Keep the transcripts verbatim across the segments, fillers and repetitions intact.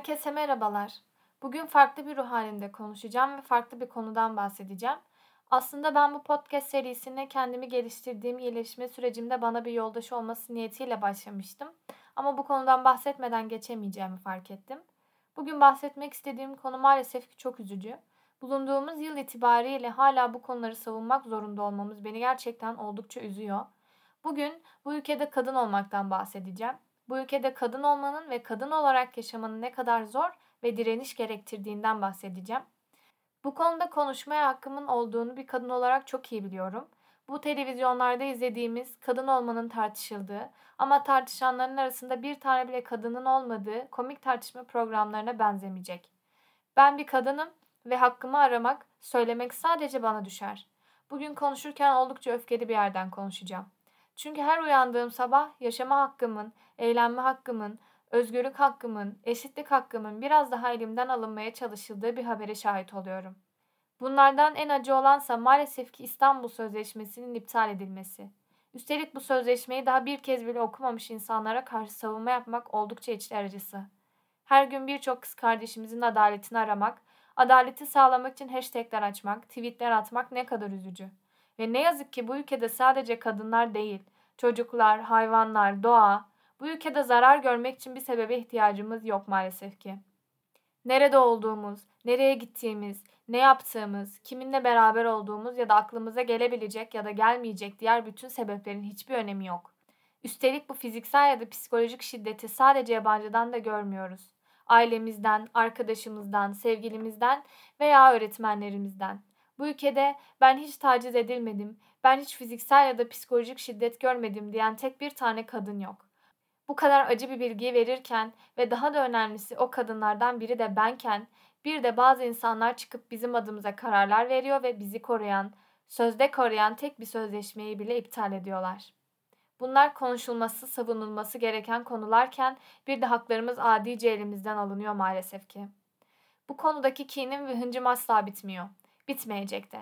Herkese merhabalar. Bugün farklı bir ruh halinde konuşacağım ve farklı bir konudan bahsedeceğim. Aslında ben bu podcast serisine kendimi geliştirdiğim iyileşme sürecimde bana bir yoldaş olması niyetiyle başlamıştım. Ama bu konudan bahsetmeden geçemeyeceğimi fark ettim. Bugün bahsetmek istediğim konu maalesef ki çok üzücü. Bulunduğumuz yıl itibariyle hala bu konuları savunmak zorunda olmamız beni gerçekten oldukça üzüyor. Bugün bu ülkede kadın olmaktan bahsedeceğim. Bu ülkede kadın olmanın ve kadın olarak yaşamanın ne kadar zor ve direniş gerektirdiğinden bahsedeceğim. Bu konuda konuşmaya hakkımın olduğunu bir kadın olarak çok iyi biliyorum. Bu televizyonlarda izlediğimiz kadın olmanın tartışıldığı ama tartışanların arasında bir tane bile kadının olmadığı komik tartışma programlarına benzemeyecek. Ben bir kadınım ve hakkımı aramak, söylemek sadece bana düşer. Bugün konuşurken oldukça öfkeli bir yerden konuşacağım. Çünkü her uyandığım sabah yaşama hakkımın, eğlenme hakkımın, özgürlük hakkımın, eşitlik hakkımın biraz daha elimden alınmaya çalışıldığı bir habere şahit oluyorum. Bunlardan en acı olansa maalesef ki İstanbul Sözleşmesi'nin iptal edilmesi. Üstelik bu sözleşmeyi daha bir kez bile okumamış insanlara karşı savunma yapmak oldukça içler acısı. Her gün birçok kız kardeşimizin adaletini aramak, adaleti sağlamak için hashtagler açmak, tweetler atmak ne kadar üzücü. Ve ne yazık ki bu ülkede sadece kadınlar değil, çocuklar, hayvanlar, doğa, bu ülkede zarar görmek için bir sebebe ihtiyacımız yok maalesef ki. Nerede olduğumuz, nereye gittiğimiz, ne yaptığımız, kiminle beraber olduğumuz ya da aklımıza gelebilecek ya da gelmeyecek diğer bütün sebeplerin hiçbir önemi yok. Üstelik bu fiziksel ya da psikolojik şiddeti sadece yabancıdan da görmüyoruz. Ailemizden, arkadaşımızdan, sevgilimizden veya öğretmenlerimizden. Bu ülkede ben hiç taciz edilmedim, ben hiç fiziksel ya da psikolojik şiddet görmedim diyen tek bir tane kadın yok. Bu kadar acı bir bilgiyi verirken ve daha da önemlisi o kadınlardan biri de benken, bir de bazı insanlar çıkıp bizim adımıza kararlar veriyor ve bizi koruyan, sözde koruyan tek bir sözleşmeyi bile iptal ediyorlar. Bunlar konuşulması, savunulması gereken konularken bir de haklarımız adice elimizden alınıyor maalesef ki. Bu konudaki kinim ve hıncım asla bitmiyor. Bitmeyecek de.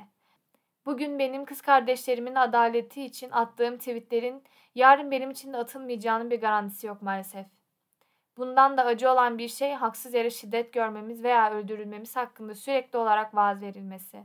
Bugün benim kız kardeşlerimin adaleti için attığım tweetlerin yarın benim için de atılmayacağının bir garantisi yok maalesef. Bundan da acı olan bir şey haksız yere şiddet görmemiz veya öldürülmemiz hakkında sürekli olarak vaaz verilmesi.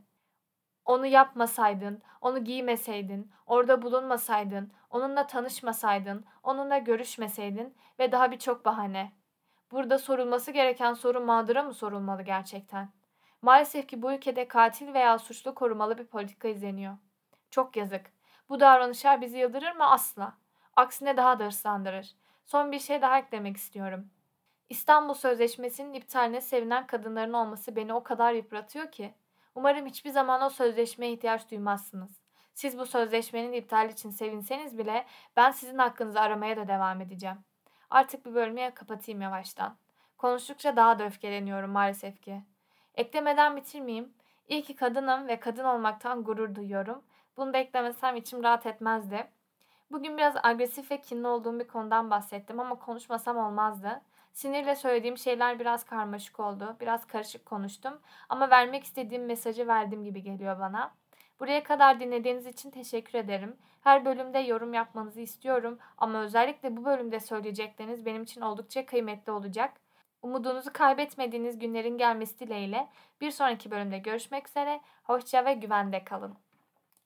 Onu yapmasaydın, onu giymeseydin, orada bulunmasaydın, onunla tanışmasaydın, onunla görüşmeseydin ve daha birçok bahane. Burada sorulması gereken soru mağdura mı sorulmalı gerçekten? Maalesef ki bu ülkede katil veya suçlu korumalı bir politika izleniyor. Çok yazık. Bu davranışlar bizi yıldırır mı? Asla. Aksine daha da hırslandırır. Son bir şey daha eklemek istiyorum. İstanbul Sözleşmesi'nin iptaline sevinen kadınların olması beni o kadar yıpratıyor ki. Umarım hiçbir zaman o sözleşmeye ihtiyaç duymazsınız. Siz bu sözleşmenin iptali için sevinseniz bile ben sizin hakkınızı aramaya da devam edeceğim. Artık bir bölümü kapatayım yavaştan. Konuştukça daha da öfkeleniyorum maalesef ki. Eklemeden bitirmeyeyim. İyi ki kadınım ve kadın olmaktan gurur duyuyorum. Bunu da eklemesem içim rahat etmezdi. Bugün biraz agresif ve kinli olduğum bir konudan bahsettim ama konuşmasam olmazdı. Sinirle söylediğim şeyler biraz karmaşık oldu. Biraz karışık konuştum ama vermek istediğim mesajı verdiğim gibi geliyor bana. Buraya kadar dinlediğiniz için teşekkür ederim. Her bölümde yorum yapmanızı istiyorum ama özellikle bu bölümde söyleyecekleriniz benim için oldukça kıymetli olacak. Umudunuzu kaybetmediğiniz günlerin gelmesi dileğiyle bir sonraki bölümde görüşmek üzere. Hoşça ve güvende kalın.